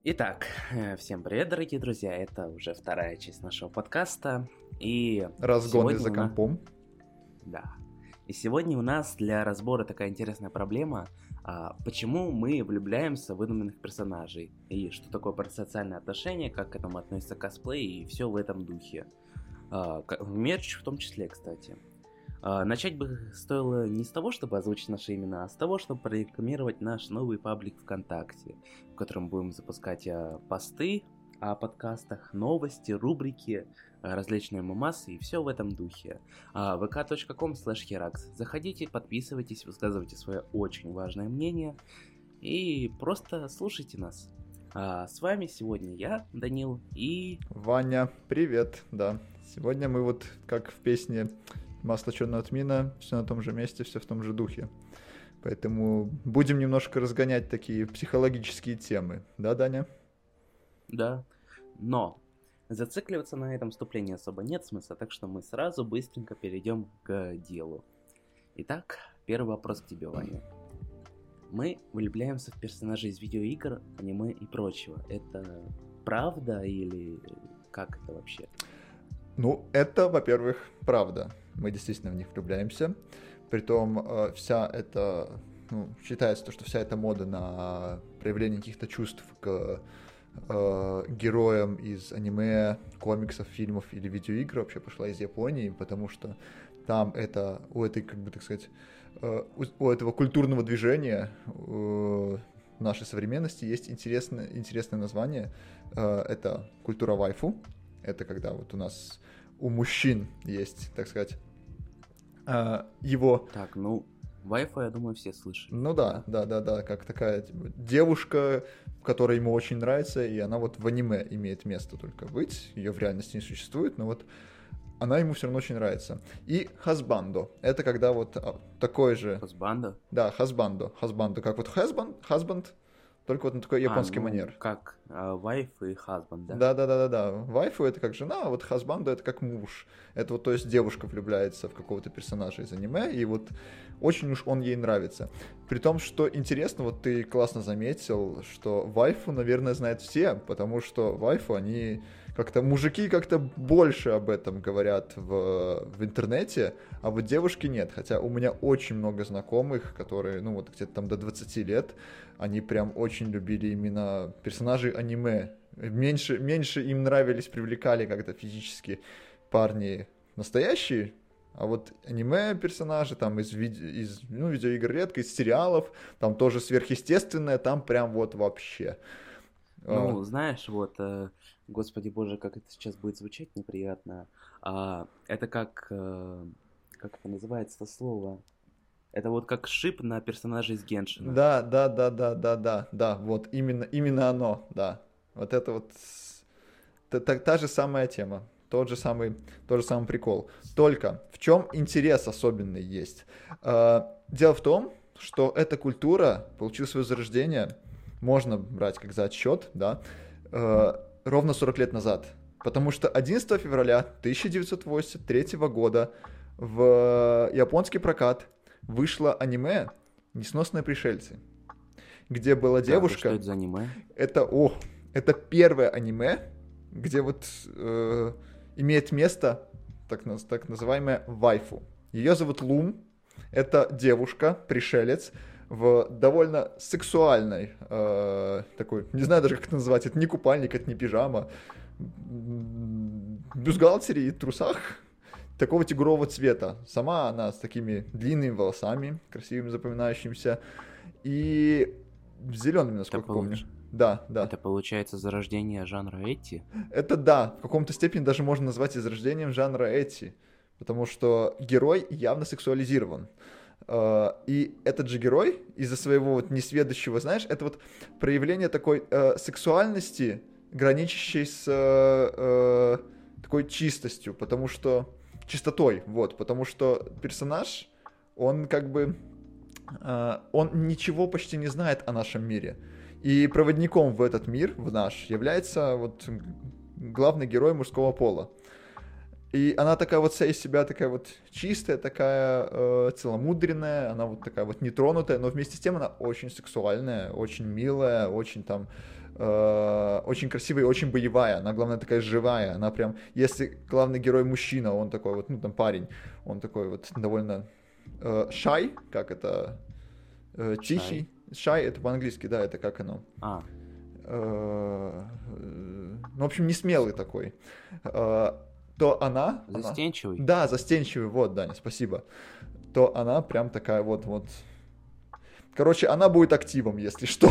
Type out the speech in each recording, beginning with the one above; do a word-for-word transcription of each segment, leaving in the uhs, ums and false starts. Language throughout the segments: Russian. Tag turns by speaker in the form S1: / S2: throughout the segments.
S1: Итак, э, всем привет, дорогие друзья, это уже вторая часть нашего подкаста, и
S2: Разгоны за
S1: сегодня у нас...
S2: компом.
S1: Да. И сегодня у нас для разбора такая интересная проблема, а, почему мы влюбляемся в выдуманных персонажей, и что такое парасоциальное отношение, как к этому относится косплей, и все в этом духе. А, к- мерч в том числе, кстати. А, начать бы стоило не с того, чтобы озвучить наши имена, а с того, чтобы прорекламировать наш новый паблик ВКонтакте, в котором будем запускать а, посты о подкастах, новости, рубрики, а, различные мемасы и все в этом духе. А, вэ ка точка ком слэш херакс. Заходите, подписывайтесь, высказывайте свое очень важное мнение и просто слушайте нас. А, с вами сегодня я, Данил, и...
S2: Ваня, привет, да. Сегодня мы вот, как в песне «Масло черного тмина», все на том же месте, все в том же духе. Поэтому будем немножко разгонять такие психологические темы. Да, Даня?
S1: Да, но зацикливаться на этом вступлении особо нет смысла, так что мы сразу быстренько перейдем к делу. Итак, первый вопрос к тебе, Ваня. Мы влюбляемся в персонажей из видеоигр, аниме и прочего. Это правда или как это вообще?
S2: Ну, это, во-первых, правда. Мы действительно в них влюбляемся. Притом э, вся эта... Ну, считается, что вся эта мода на проявление каких-то чувств к э, героям из аниме, комиксов, фильмов или видеоигр вообще пошла из Японии, потому что там это у этой, как бы так сказать, э, у, у этого культурного движения э, нашей современности есть интересное, интересное название. Э, это культура вайфу. Это когда вот у нас у мужчин есть, так сказать, э, его...
S1: Так, ну, Wi-Fi, я думаю, все слышали.
S2: Ну да, да, да, да, как такая типа, девушка, которая ему очень нравится, и она вот в аниме имеет место только быть, ее в реальности не существует, но вот она ему все равно очень нравится. И хазбандо, это когда вот а, такой же...
S1: Хазбандо?
S2: Да, хазбандо, хазбандо, как вот husband, husband, только вот на такой японский
S1: а, ну,
S2: манер.
S1: как wife и husband, да?
S2: Да, да, да, да, да. Вайфу это как жена, а вот хазбанду это как муж. Это вот, то есть девушка влюбляется в какого-то персонажа из аниме, и вот очень уж он ей нравится. При том, что интересно, вот ты классно заметил, что вайфу, наверное, знают все, потому что вайфу, они как-то, мужики как-то больше об этом говорят в, в интернете, а вот девушки нет. Хотя у меня очень много знакомых, которые, ну вот где-то там до двадцати лет, они прям очень любили именно персонажей аниме. Меньше, меньше им нравились, привлекали как-то физически парни настоящие, а вот аниме-персонажи там из, виде, из ну, видеоигр редко, из сериалов, там тоже сверхъестественное, там прям вот вообще.
S1: Ну,
S2: А,
S1: знаешь, вот, э, господи боже, как это сейчас будет звучать неприятно. А, это как, э, как это называется это слово? Это вот как шип на персонажа из Геншина.
S2: да, да, да, да, да, да, да, вот именно, именно оно, да. Вот это вот та, та, та же самая тема. Тот же самый, тот же самый прикол. Только в чем интерес особенный есть? Э, Дело в том, что эта культура получила свое зарождение, можно брать как за отсчет, да, э, ровно сорок лет назад. Потому что одиннадцатого февраля тысяча девятьсот восемьдесят третьего года в японский прокат вышло аниме «Несносные пришельцы», где была
S1: Так, и что
S2: девушка...
S1: это за аниме?
S2: Это, о, это первое аниме, где вот э, имеет место так, наз- так называемая вайфу. Ее зовут Лун. Это девушка, пришелец, в довольно сексуальной, э, такой, не знаю даже как это назвать, это не купальник, это не пижама, м, бюстгальтере и трусах такого тигрового цвета. Сама она с такими длинными волосами, красивыми, запоминающимися, и зелеными, насколько
S1: Это
S2: помню.
S1: получ-
S2: Да, да.
S1: Это получается зарождение жанра эти?
S2: Это да, в каком-то степени даже можно назвать изрождением жанра эти, потому что герой явно сексуализирован. Э, И этот же герой из-за своего вот несведущего, знаешь, это вот проявление такой э, сексуальности, граничащей с э, э, такой чистостью, потому что чистотой, вот, потому что персонаж, он как бы, э, он ничего почти не знает о нашем мире. И проводником в этот мир, в наш, является вот главный герой мужского пола. И она такая вот вся из себя такая вот чистая, такая э, целомудренная, она вот такая вот нетронутая, но вместе с тем она очень сексуальная, очень милая, очень там э, очень красивая и очень боевая. Она, главное, такая живая. Она прям, если главный герой мужчина, он такой вот, ну, там, парень, он такой вот довольно э, shy, как это, э, тихий. Shy, это по-английски, да, это как оно?
S1: А.
S2: Э, ну, в общем, не смелый такой. Э, то она...
S1: Застенчивый?
S2: Она, да, застенчивый, вот, Даня, спасибо. То она прям такая вот, вот... Короче, она будет активом, если что.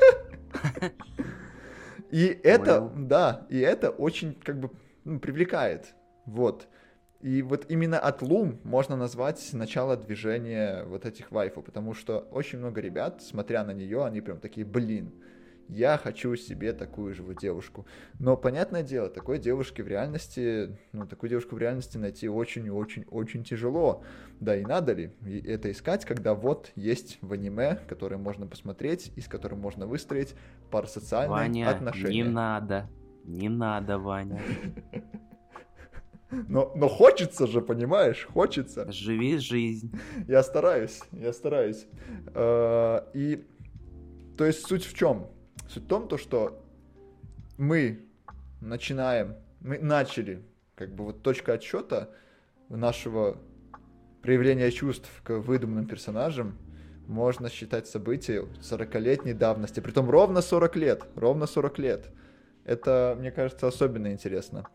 S2: И это, да, и это очень, как бы, ну, привлекает, вот. И вот именно от Loom можно назвать начало движения вот этих вайфу, потому что очень много ребят, смотря на нее, они прям такие, блин, я хочу себе такую же вот девушку. Но, понятное дело, такой девушки в реальности, ну, такую девушку в реальности найти очень-очень-очень тяжело. Да и надо ли это искать, когда вот есть в аниме, которое можно посмотреть и с которым можно выстроить парасоциальные
S1: Ваня,
S2: отношения.
S1: не надо, не надо, Ваня.
S2: Но, но хочется же, понимаешь, хочется.
S1: Живи жизнь.
S2: Я стараюсь, я стараюсь. И, то есть, суть в чем? Суть в том, то, что мы начинаем, мы начали, как бы вот точка отсчета нашего проявления чувств к выдуманным персонажам можно считать событие сорокалетней давности. Притом ровно сорок лет, ровно сорок лет. Это, мне кажется, особенно интересно.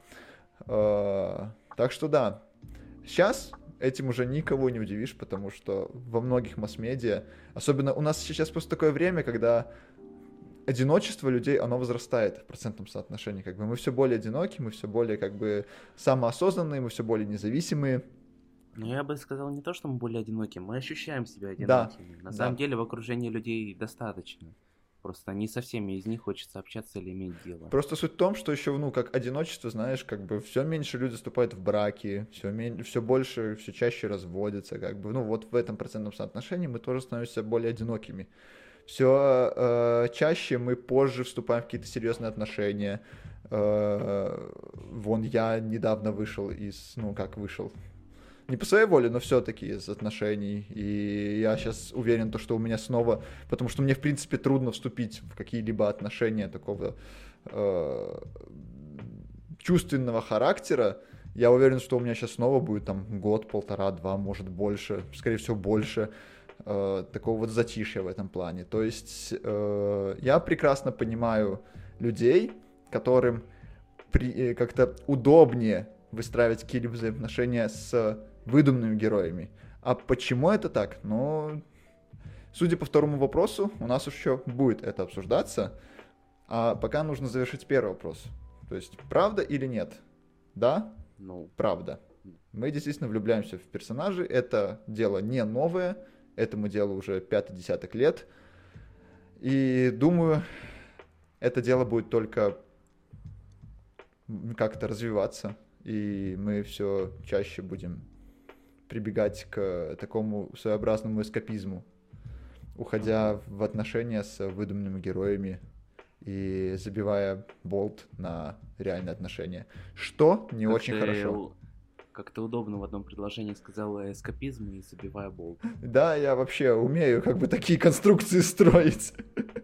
S2: Так что да, сейчас этим уже никого не удивишь, потому что во многих масс-медиа, особенно у нас сейчас просто такое время, когда одиночество людей, оно возрастает в процентном соотношении. Как бы мы все более одиноки, мы все более как бы самоосознанные, мы все более независимые.
S1: Ну, я бы сказал не то, что мы более одиноки, мы ощущаем себя одинокими.
S2: Да,
S1: На
S2: да.
S1: самом деле в окружении людей достаточно. Просто не со всеми из них хочется общаться или иметь дело.
S2: Просто суть в том, что еще, ну, как одиночество, знаешь, как бы все меньше люди вступают в браки, все, мен... все больше, все чаще разводятся, как бы, ну, вот в этом процентном соотношении мы тоже становимся более одинокими. Все э, чаще мы позже вступаем в какие-то серьезные отношения. Э, вон я недавно вышел из, ну, как вышел, не по своей воле, но все-таки из отношений. И я сейчас уверен, то, что у меня снова... Потому что мне, в принципе, трудно вступить в какие-либо отношения такого э, чувственного характера. Я уверен, что у меня сейчас снова будет там год, полтора, два, может больше, скорее всего, больше э, такого вот затишья в этом плане. То есть э, я прекрасно понимаю людей, которым при, как-то удобнее выстраивать какие-либо взаимоотношения с выдуманными героями. А почему это так? Ну, судя по второму вопросу, у нас еще будет это обсуждаться. А пока нужно завершить первый вопрос. То есть, правда или нет? Да?
S1: Ну,
S2: правда. Мы действительно влюбляемся в персонажей. Это дело не новое. Этому делу уже пятый десяток лет. И думаю, это дело будет только как-то развиваться. И мы все чаще будем прибегать к такому своеобразному эскапизму, уходя в отношения с выдуманными героями и забивая болт на реальные отношения. Что не
S1: как
S2: очень
S1: ты,
S2: хорошо.
S1: Как-то удобно в одном предложении сказала эскапизм и забивая болт.
S2: Да, я вообще умею как бы такие конструкции строить.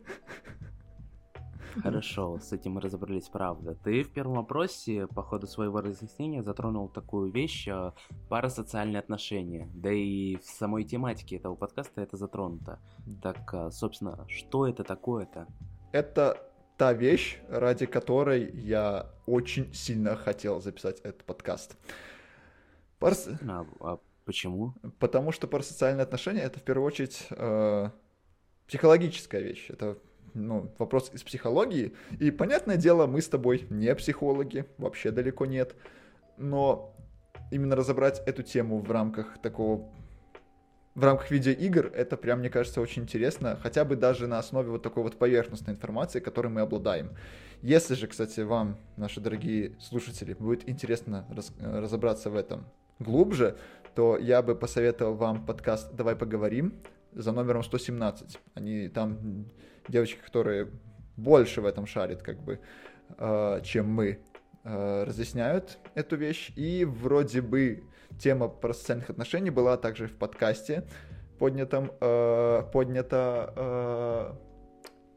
S1: Хорошо, с этим мы разобрались, правда. Ты в первом вопросе, по ходу своего разъяснения, затронул такую вещь, парасоциальные отношения. Да и в самой тематике этого подкаста это затронуто. Так, собственно, что это такое-то?
S2: Это та вещь, ради которой я очень сильно хотел записать этот подкаст. Парас...
S1: А, а почему?
S2: Потому что парасоциальные отношения — это в первую очередь э, психологическая вещь. Это ну, вопрос из психологии. И, понятное дело, мы с тобой не психологи, вообще далеко нет. Но именно разобрать эту тему в рамках такого... В рамках видеоигр, это прям, мне кажется, очень интересно. Хотя бы даже на основе вот такой вот поверхностной информации, которой мы обладаем. Если же, кстати, вам, наши дорогие слушатели, будет интересно раз... разобраться в этом глубже, то я бы посоветовал вам подкаст «Давай поговорим» за номером сто семнадцать. Они там... девочки, которые больше в этом шарят, как бы, э, чем мы, э, разъясняют эту вещь. И вроде бы тема парасоциальных отношений была также в подкасте поднятом, э, поднята... Э,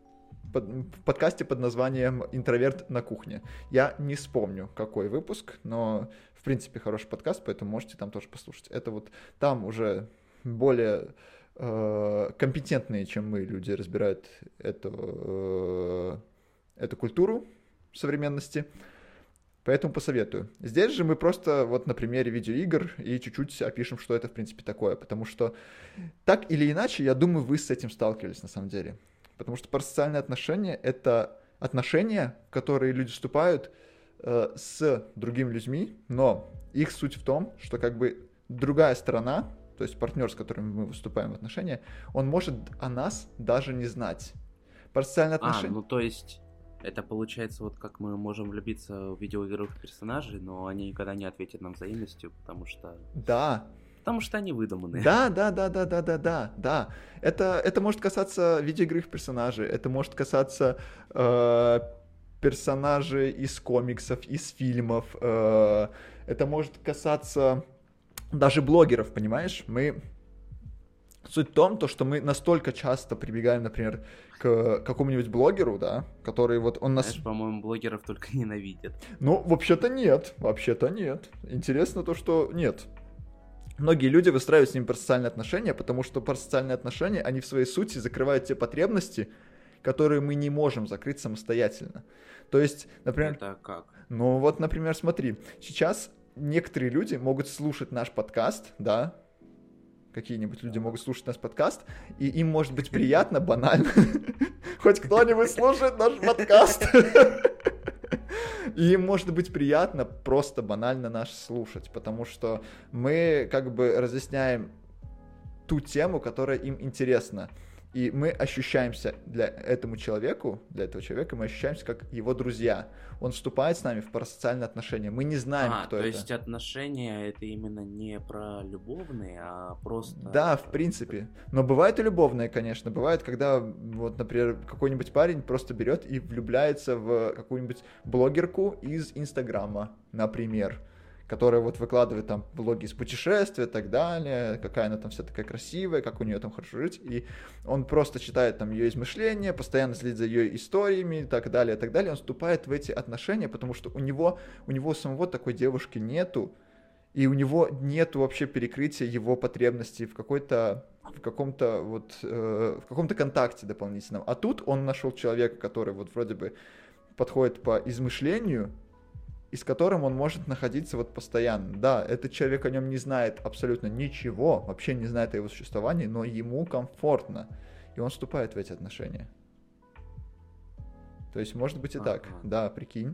S2: под, в подкасте под названием «Интроверт на кухне». Я не вспомню, какой выпуск, но, в принципе, хороший подкаст, поэтому можете там тоже послушать. Это вот там уже более э, компетентные, чем мы, люди разбирают эту, э, эту культуру современности. Поэтому посоветую. Здесь же мы просто вот на примере видеоигр и чуть-чуть опишем, что это в принципе такое. Потому что так или иначе, я думаю, вы с этим сталкивались на самом деле. Потому что парасоциальные отношения — это отношения, в которые люди вступают э, с другими людьми, но их суть в том, что как бы другая сторона, то есть партнер, с которым мы вступаем в отношения, он может о нас даже не знать. Парасоциальные отношения...
S1: А, ну то есть... Это получается, вот как мы можем влюбиться в видеоигровых персонажей, но они никогда не ответят нам взаимностью, потому что...
S2: Да.
S1: Потому что они выдуманные.
S2: Да, да, да, да, да, да, да, да. Это, это может касаться видеоигровых персонажей, это может касаться э, персонажей из комиксов, из фильмов, э, это может касаться даже блогеров, понимаешь? Мы... Суть в том, то, что мы настолько часто прибегаем, например, к какому-нибудь блогеру, да, который вот он нас...
S1: Знаешь, по-моему, блогеров только ненавидят.
S2: Ну, вообще-то нет, вообще-то нет. Интересно то, что нет. Многие люди выстраивают с ним парасоциальные отношения, потому что парасоциальные отношения, они в своей сути закрывают те потребности, которые мы не можем закрыть самостоятельно. То есть, например...
S1: Это как?
S2: Ну, вот, например, смотри, сейчас некоторые люди могут слушать наш подкаст, да, какие-нибудь люди могут слушать наш подкаст, и им может быть приятно, банально. Хоть кто-нибудь слушает наш подкаст. И им может быть приятно просто банально наш слушать, потому что мы как бы разъясняем ту тему, которая им интересна. И мы ощущаемся для этому человеку, для этого человека мы ощущаемся как его друзья. Он вступает с нами в парасоциальные отношения. Мы не знаем,
S1: а,
S2: кто
S1: то
S2: это.
S1: То есть отношения это именно не про любовные, а просто...
S2: Да, в принципе. Но бывает и любовные, конечно. Бывает, когда, вот, например, какой-нибудь парень просто берет и влюбляется в какую-нибудь блогерку из Инстаграма, например, которая вот выкладывает там блоги из путешествия и так далее, какая она там вся такая красивая, как у нее там хорошо жить, и он просто читает там ее измышления, постоянно следит за ее историями и так далее, и так далее, он вступает в эти отношения, потому что у него, у него самого такой девушки нету, и у него нету вообще перекрытия его потребностей в какой-то, в каком-то вот, э, в каком-то контакте дополнительном, а тут он нашел человека, который вот вроде бы подходит по измышлению, и с которым он может находиться вот постоянно. Да, этот человек о нем не знает абсолютно ничего, вообще не знает о его существовании, но ему комфортно, и он вступает в эти отношения. То есть, может быть и так.
S1: Ага.
S2: Да, прикинь.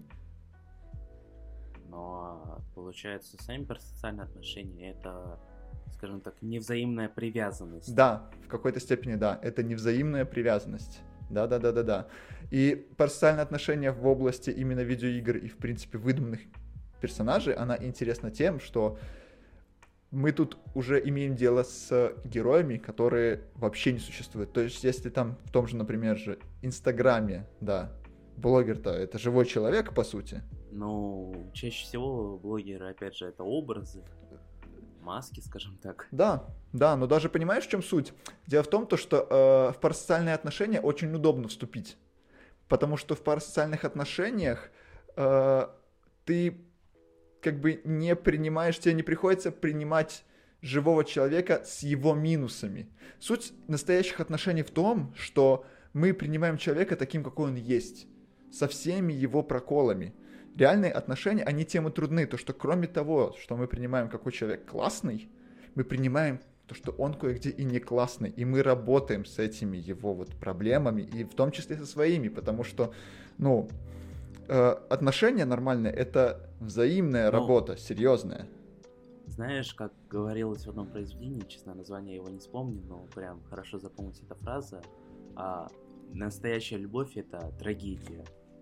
S1: Но получается, сами парасоциальные отношения это, скажем так, невзаимная привязанность.
S2: Да, в какой-то степени да, это невзаимная привязанность. Да-да-да-да-да. И парасоциальные отношения в области именно видеоигр и, в принципе, выдуманных персонажей, она интересна тем, что мы тут уже имеем дело с героями, которые вообще не существуют. То есть, если там в том же, например, же Инстаграме, да, блогер-то это живой человек, по сути.
S1: Ну, чаще всего блогеры, опять же, это образы. Маски, скажем так.
S2: Да, да, но даже понимаешь, в чем суть? Дело в том, то, что э, в парасоциальные отношения очень удобно вступить, потому что в парасоциальных отношениях э, ты как бы не принимаешь, тебе не приходится принимать живого человека с его минусами. Суть настоящих отношений в том, что мы принимаем человека таким, какой он есть, со всеми его проколами. Реальные отношения, они тем и трудны, то что кроме того, что мы принимаем, какой человек классный, мы принимаем то, что он кое-где и не классный, и мы работаем с этими его вот проблемами, и в том числе со своими, потому что, ну, э, отношения нормальные — это взаимная
S1: ну,
S2: работа, серьезная.
S1: Знаешь, как говорилось в одном произведении, честно, название его не вспомню, но прям хорошо запомнилась эта фраза, а, настоящая любовь — это трагедия.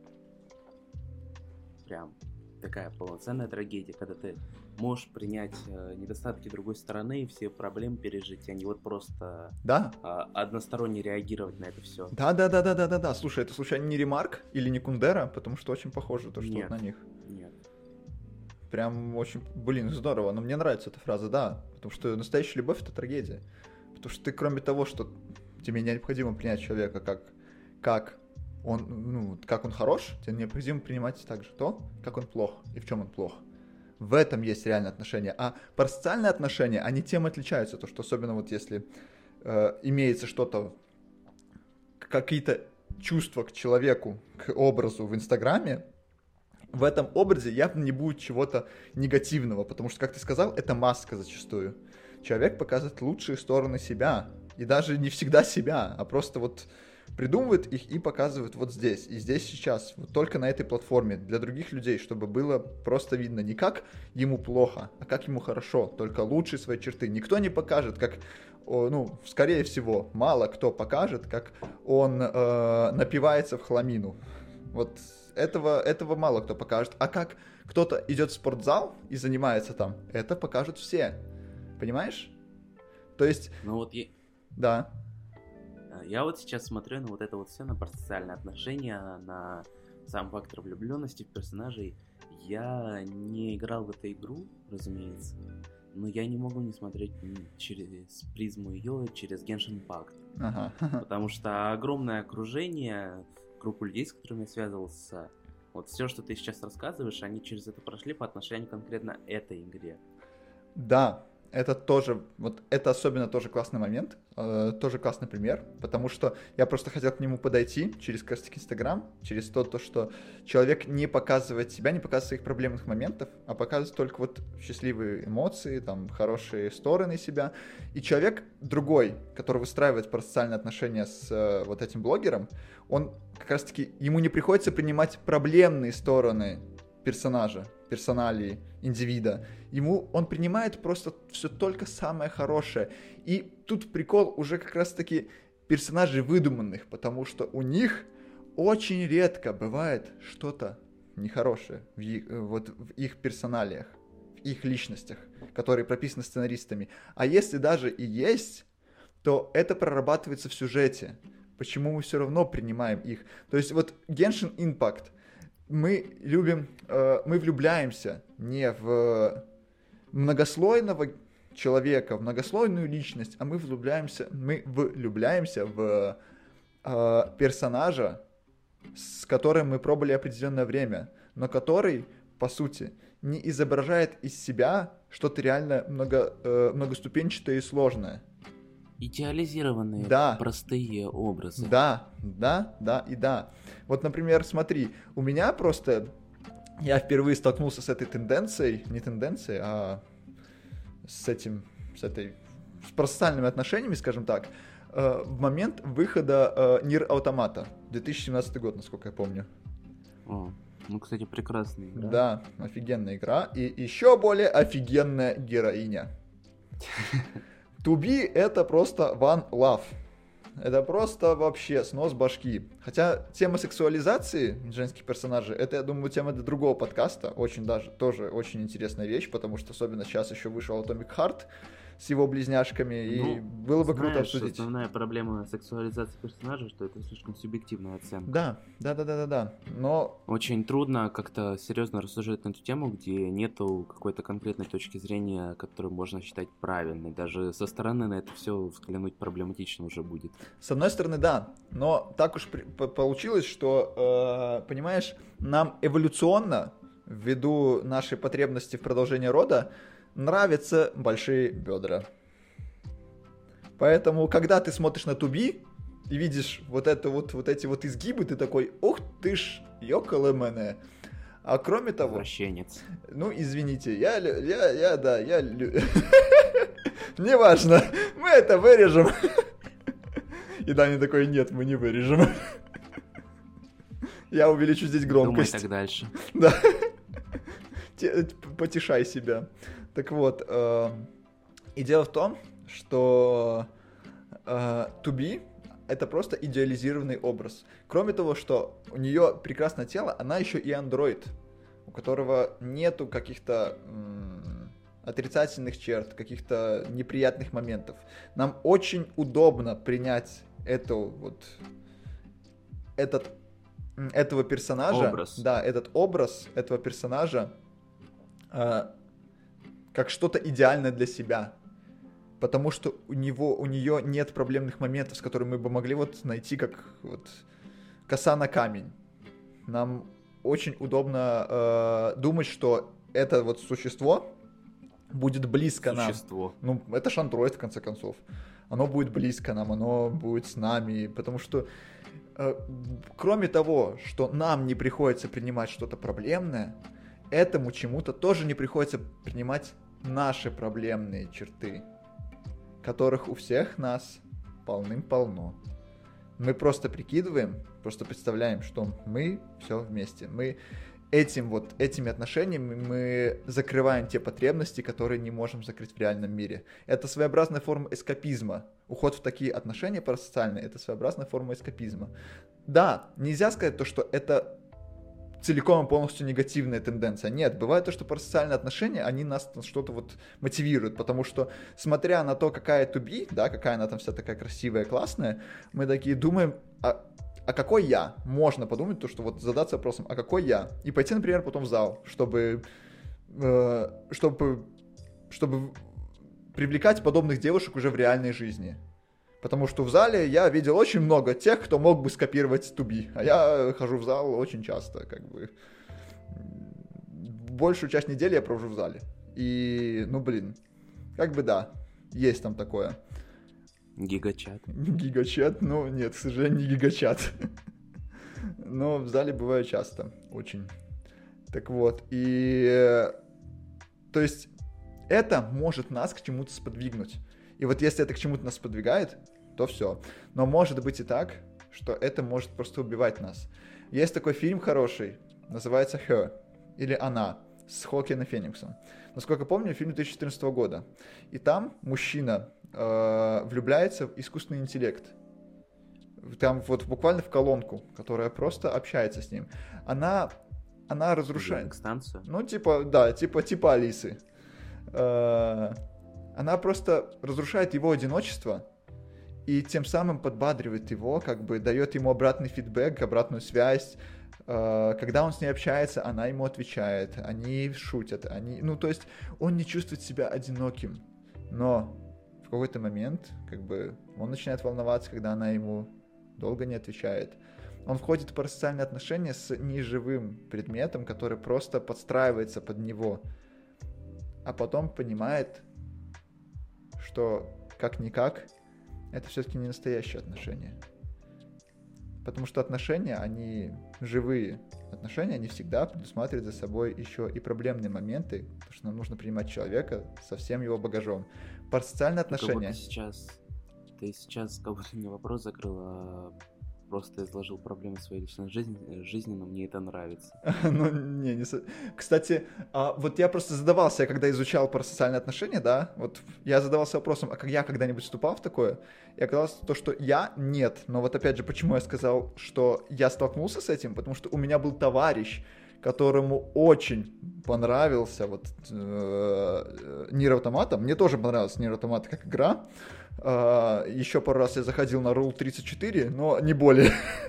S1: Прям такая полноценная трагедия, когда ты можешь принять э, недостатки другой стороны и все проблемы пережить, а не вот просто
S2: да.
S1: э, односторонне реагировать на это все.
S2: Да, да, да, да, да, да, да. Слушай, это случайно не Ремарк или не Кундера, потому что очень похоже то, что
S1: нет,
S2: вот на них.
S1: Нет.
S2: Прям очень, блин, здорово. Но мне нравится эта фраза, да, потому что настоящая любовь — это трагедия, потому что ты, кроме того, что тебе необходимо принять человека как, как он, ну, как он хорош, тебе необходимо принимать также то, как он плох и в чем он плох. В этом есть реальные отношения. А парасоциальные отношения, они тем отличаются, то, что особенно вот если э, имеется что-то, какие-то чувства к человеку, к образу в Инстаграме, в этом образе явно не будет чего-то негативного, потому что, как ты сказал, это маска зачастую. Человек показывает лучшие стороны себя, и даже не всегда себя, а просто вот придумывает их и показывает вот здесь, и здесь сейчас, вот только на этой платформе, для других людей, чтобы было просто видно не как ему плохо, а как ему хорошо, только лучшие свои черты. Никто не покажет, как, ну, скорее всего, мало кто покажет, как он э, напивается в хламину. Вот этого, этого мало кто покажет. А как кто-то идет в спортзал и занимается там, это покажут все. Понимаешь? То есть...
S1: Ну вот я...
S2: Да.
S1: Я вот сейчас смотрю на вот это вот все, на парасоциальные отношения, на сам фактор влюбленности в персонажей. Я не играл в эту игру, разумеется, но я не могу не смотреть через призму ее, через Genshin Impact.
S2: Ага.
S1: Потому что огромное окружение, группу людей, с которыми я связывался, вот все, что ты сейчас рассказываешь, они через это прошли по отношению конкретно этой игре.
S2: Да. Это тоже, вот это особенно тоже классный момент, э, тоже классный пример, потому что я просто хотел к нему подойти через как раз таки Инстаграм, через то, то, что человек не показывает себя, не показывает своих проблемных моментов, а показывает только вот счастливые эмоции, там, хорошие стороны себя. И человек другой, который выстраивает парасоциальные отношения с э, вот этим блогером, он как раз таки, ему не приходится принимать проблемные стороны персонажа, персоналии, индивида. Ему он принимает просто все только самое хорошее. И тут прикол уже как раз-таки персонажей выдуманных, потому что у них очень редко бывает что-то нехорошее в их, вот в их персоналиях, в их личностях, которые прописаны сценаристами. А если даже и есть, то это прорабатывается в сюжете. Почему мы все равно принимаем их? То есть вот Genshin Impact. Мы любим, э, мы влюбляемся не в многослойного человека, в многослойную личность, а мы влюбляемся, мы влюбляемся в э, персонажа, с которым мы пробовали определенное время, но который, по сути, не изображает из себя что-то реально много, э, многоступенчатое и сложное.
S1: Идеализированные,
S2: да.
S1: простые образы.
S2: Да, да, да и да. Вот, например, смотри, у меня просто... Я впервые столкнулся с этой тенденцией, не тенденцией, а с этим, с этой... с парасоциальными отношениями, скажем так, э, в момент выхода э, Нир Automata, две тысячи семнадцатый год, насколько я помню.
S1: О, ну, кстати, прекрасная игра.
S2: Да, офигенная игра. И еще более офигенная героиня. To be это просто one love. Это просто вообще снос башки. Хотя тема сексуализации женских персонажей, это, я думаю, тема для другого подкаста. Очень даже, тоже очень интересная вещь, потому что особенно сейчас еще вышел Atomic Heart с его близняшками, и
S1: ну,
S2: было бы
S1: знаешь,
S2: круто обсудить.
S1: Основная проблема сексуализации персонажа, что это слишком субъективная оценка.
S2: Да, да, да, да, да, да. Но
S1: очень трудно как-то серьезно рассуждать на эту тему, где нету какой-то конкретной точки зрения, которую можно считать правильной. Даже со стороны на это все взглянуть проблематично уже будет.
S2: С одной стороны, да, но так уж при- получилось, что, э, понимаешь, нам эволюционно, ввиду нашей потребности в продолжении рода, нравятся большие бедра. Поэтому, когда ты смотришь на To Be и видишь вот, это вот, вот эти вот изгибы, ты такой, ух ты ж, ёкало мене. А кроме того...
S1: Извращенец.
S2: Ну, извините, я, я, я, да, я... Неважно, мы это вырежем. И Даня такой, нет, мы не вырежем. Я увеличу здесь громкость.
S1: Думай так дальше.
S2: Да. Потешай себя. Так вот, э, и дело в том, что э, To Be это просто идеализированный образ. Кроме того, что у нее прекрасное тело, она еще и андроид, у которого нету каких-то м- отрицательных черт, каких-то неприятных моментов. Нам очень удобно принять эту вот этот этого персонажа,
S1: образ.
S2: да, этот образ этого персонажа э, как что-то идеальное для себя, потому что у него, у нее нет проблемных моментов, с которыми мы бы могли вот найти как вот коса на камень. Нам очень удобно э, думать, что это вот существо будет близко
S1: Существо.
S2: нам. Ну, это ж андроид, в конце концов. Оно будет близко нам, оно будет с нами, потому что э, кроме того, что нам не приходится принимать что-то проблемное, этому чему-то тоже не приходится принимать наши проблемные черты, которых у всех нас полным-полно. Мы просто прикидываем, просто представляем, что мы все вместе. Мы этим вот, этими отношениями мы закрываем те потребности, которые не можем закрыть в реальном мире. Это своеобразная форма эскапизма. Уход в такие отношения парасоциальные — это своеобразная форма эскапизма. Да, нельзя сказать то, что это целиком и полностью негативная тенденция. Нет, бывает то, что парасоциальные отношения, они нас на что-то вот мотивируют, потому что, смотря на то, какая to be, да, какая она там вся такая красивая, классная, мы такие думаем, а, а какой я? Можно подумать, то, что вот задаться вопросом, а какой я? И пойти, например, потом в зал, чтобы, э, чтобы, чтобы привлекать подобных девушек уже в реальной жизни. Потому что в зале я видел очень много тех, кто мог бы скопировать to be. А я хожу в зал очень часто, как бы. Большую часть недели я провожу в зале. И, ну, блин, как бы да, есть там такое.
S1: Гигачат.
S2: Гигачат, ну, нет, к сожалению, не гигачат. Но в зале бывает часто, очень. Так вот, и... То есть, это может нас к чему-то сподвигнуть. И вот если это к чему-то нас подвигает, то все. Но может быть и так, что это может просто убивать нас. Есть такой фильм хороший, называется Her, или Она, с Хоакином Фениксом. Насколько помню, фильм две тысячи четырнадцатого года. И там мужчина э, влюбляется в искусственный интеллект. Там вот буквально в колонку, которая просто общается с ним. Она, она разрушает...
S1: Станцию?
S2: Ну, типа, да, типа, типа Алисы. Э, она просто разрушает его одиночество и тем самым подбадривает его, как бы дает ему обратный фидбэк, обратную связь. Когда он с ней общается, она ему отвечает, они шутят, они... Ну, то есть он не чувствует себя одиноким, но в какой-то момент, как бы, он начинает волноваться, когда она ему долго не отвечает. Он входит в парасоциальные отношения с неживым предметом, который просто подстраивается под него, а потом понимает, что как-никак это все-таки не настоящие отношения. Потому что отношения, они живые. Отношения, они всегда предусматривают за собой еще и проблемные моменты, потому что нам нужно принимать человека со всем его багажом. Парасоциальные отношения...
S1: Ты сейчас, ты сейчас как будто мне вопрос закрыл, а просто изложил проблемы своей личной жизни, жизни, но мне это нравится.
S2: Ну, не, не... Кстати, вот я просто задавался, когда изучал парасоциальные отношения, да, вот я задавался вопросом, а как я когда-нибудь вступал в такое? И оказалось то, что я нет. Но вот опять же, почему я сказал, что я столкнулся с этим? Потому что у меня был товарищ, которому очень понравился вот э, Nier Automata. Мне тоже понравился Nier Automata как игра. Uh, еще пару раз я заходил на Rule тридцать четыре, но не более.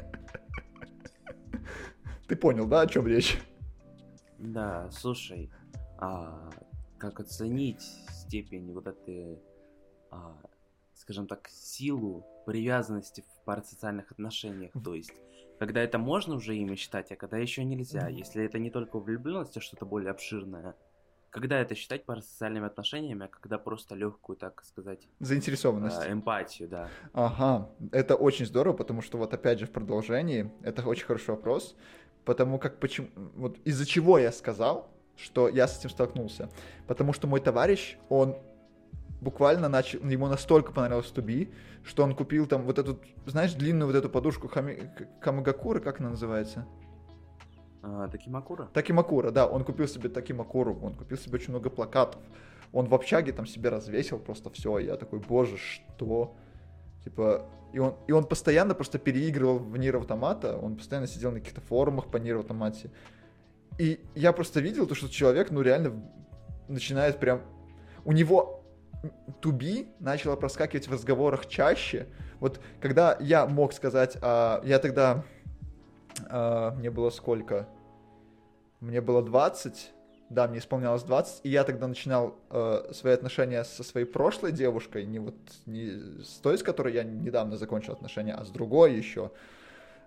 S2: Ты понял, да, о чем речь?
S1: Да, слушай, а как оценить степень вот этой, а, скажем так, силу привязанности в парасоциальных отношениях? То есть, когда это можно уже ими считать, а когда еще нельзя? Если это не только влюбленность, а что-то более обширное. Когда это считать парасоциальными отношениями, а когда просто легкую, так сказать...
S2: Заинтересованность.
S1: Э, эмпатию, да.
S2: Ага, это очень здорово, потому что вот опять же в продолжении, это очень хороший вопрос, потому как почему... Вот из-за чего я сказал, что я с этим столкнулся? Потому что мой товарищ, он буквально начал... Ему настолько понравилось to be, что он купил там вот эту, знаешь, длинную вот эту подушку хами... Камагакуры, как она называется?
S1: А, Такимакура?
S2: Такимакура, да, он купил себе Такимакуру, он купил себе очень много плакатов, он в общаге там себе развесил просто все, и я такой, боже, что? Типа, и он, и он постоянно просто переигрывал в Nier Automata, он постоянно сидел на каких-то форумах по Nier Automata, и я просто видел то, что человек, ну, реально начинает прям, у него to be начало проскакивать в разговорах чаще, вот, когда я мог сказать, а, я тогда, а, мне было сколько... Мне было двадцать, да, мне исполнялось двадцать, и я тогда начинал э, свои отношения со своей прошлой девушкой, не вот не с той, с которой я недавно закончил отношения, а с другой еще.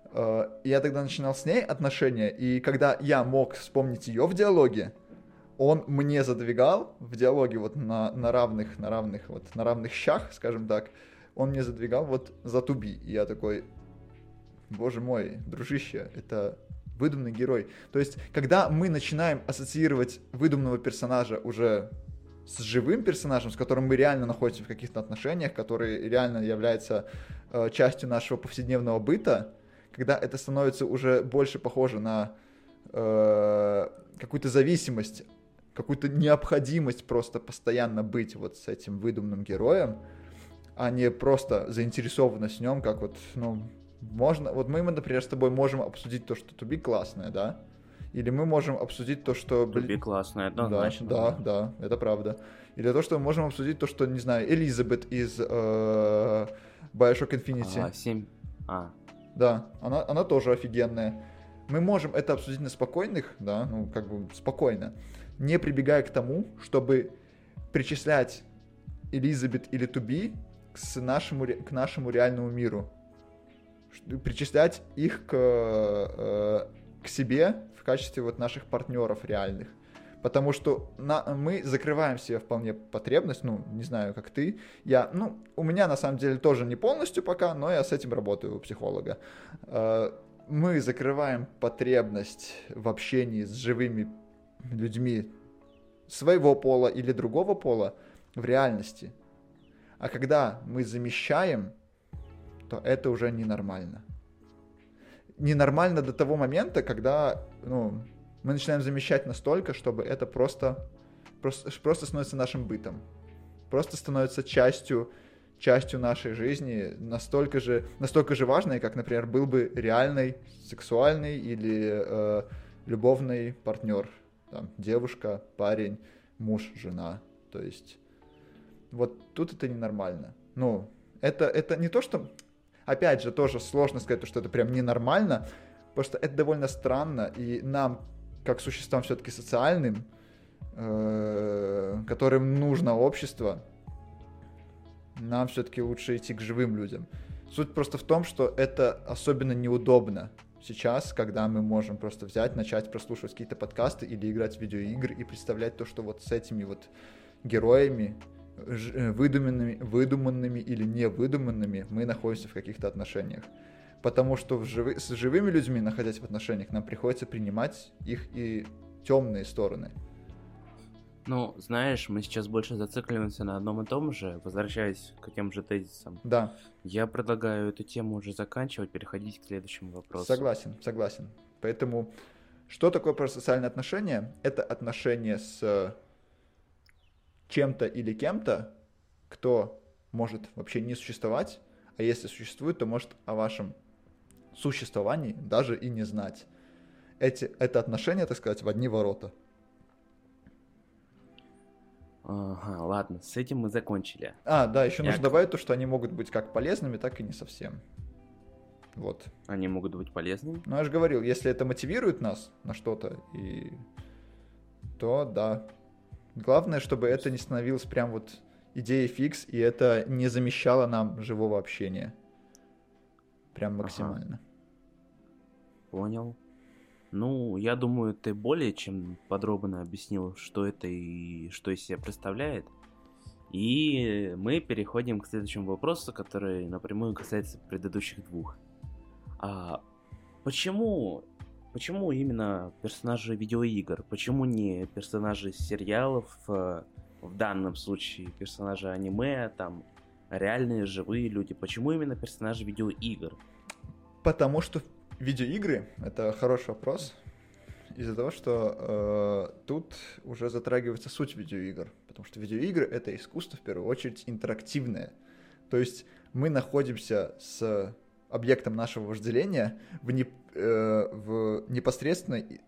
S2: Э, я тогда начинал с ней отношения, и когда я мог вспомнить ее в диалоге, он мне задвигал в диалоге вот на, на равных, на равных, вот на равных щах, скажем так, он мне задвигал вот за туби. И я такой, боже мой, дружище, это выдуманный герой. То есть, когда мы начинаем ассоциировать выдуманного персонажа уже с живым персонажем, с которым мы реально находимся в каких-то отношениях, который реально является э, частью нашего повседневного быта, когда это становится уже больше похоже на э, какую-то зависимость, какую-то необходимость просто постоянно быть вот с этим выдуманным героем, а не просто заинтересованность в нем, как вот, ну, можно... Вот мы, например, с тобой можем обсудить то, что Туби классная, да? Или мы можем обсудить то, что...
S1: Туби классная, однозначно.
S2: Да, да, да, это правда. Или то, что мы можем обсудить то, что, не знаю, Элизабет из э, Bioshock Infinity.
S1: А, семь... А.
S2: Да, она, она тоже офигенная. Мы можем это обсудить на спокойных, да, ну, как бы спокойно, не прибегая к тому, чтобы причислять Элизабет или Туби к нашему, к нашему реальному миру. Причислять их к, э, к себе в качестве вот наших партнеров реальных. Потому что на, мы закрываем себе вполне потребность, ну, не знаю, как ты. Я, ну, у меня на самом деле тоже не полностью пока, но я с этим работаю у психолога. Э, мы закрываем потребность в общении с живыми людьми своего пола или другого пола в реальности. А когда мы замещаем, то это уже ненормально. Ненормально до того момента, когда, ну, мы начинаем замещать настолько, чтобы это просто, просто, просто становится нашим бытом. Просто становится частью, частью нашей жизни, настолько же, настолько же важной, как, например, был бы реальный сексуальный или э, любовный партнер. Там, девушка, парень, муж, жена. То есть вот тут это ненормально. Ну, это, это не то, что... Опять же, тоже сложно сказать, что это прям ненормально, потому что это довольно странно, и нам, как существам все-таки социальным, э, которым нужно общество, нам все-таки лучше идти к живым людям. Суть просто в том, что это особенно неудобно сейчас, когда мы можем просто взять, начать прослушивать какие-то подкасты или играть в видеоигры и представлять то, что вот с этими вот героями, выдуманными, выдуманными или невыдуманными, мы находимся в каких-то отношениях. Потому что в живы, с живыми людьми, находясь в отношениях, нам приходится принимать их и темные стороны.
S1: Ну, знаешь, мы сейчас больше зацикливаемся на одном и том же, возвращаясь к тем же тезисам.
S2: Да.
S1: Я предлагаю эту тему уже заканчивать, переходить к следующему вопросу.
S2: Согласен, согласен. Поэтому, что такое парасоциальные отношения? Это отношения с чем-то или кем-то, кто может вообще не существовать, а если существует, то может о вашем существовании даже и не знать. Эти, это отношения, так сказать, в одни ворота.
S1: Ага, ладно, с этим мы закончили.
S2: А, да, еще
S1: Я...
S2: нужно добавить то, что они могут быть как полезными, так и не совсем. Вот.
S1: Они могут быть полезными?
S2: Ну, я же говорил, если это мотивирует нас на что-то, и... то да. Главное, чтобы это не становилось прям вот идеей фикс, и это не замещало нам живого общения. Прям максимально.
S1: Ага. Понял. Ну, я думаю, ты более чем подробно объяснил, что это и что из себя представляет. И мы переходим к следующему вопросу, который напрямую касается предыдущих двух. А почему, почему именно персонажи видеоигр? Почему не персонажи сериалов, в данном случае персонажи аниме, там, реальные живые люди? Почему именно персонажи видеоигр?
S2: Потому что видеоигры — это хороший вопрос, из-за того, что э, тут уже затрагивается суть видеоигр, потому что видеоигры — это искусство, в первую очередь, интерактивное. То есть мы находимся с объектом нашего вожделения в, не, э, в непосредственной...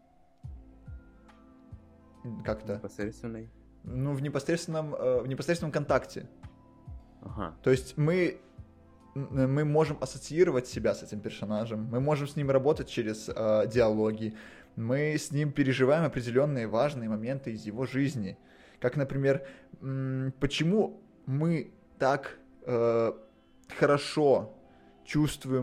S2: Как это?
S1: Непосредственной?
S2: Ну, в непосредственном, э, в непосредственном контакте.
S1: Ага.
S2: То есть мы... мы можем ассоциировать себя с этим персонажем, мы можем с ним работать через э, диалоги, мы с ним переживаем определенные важные моменты из его жизни. Как, например, м- почему мы так э, хорошо чувствуем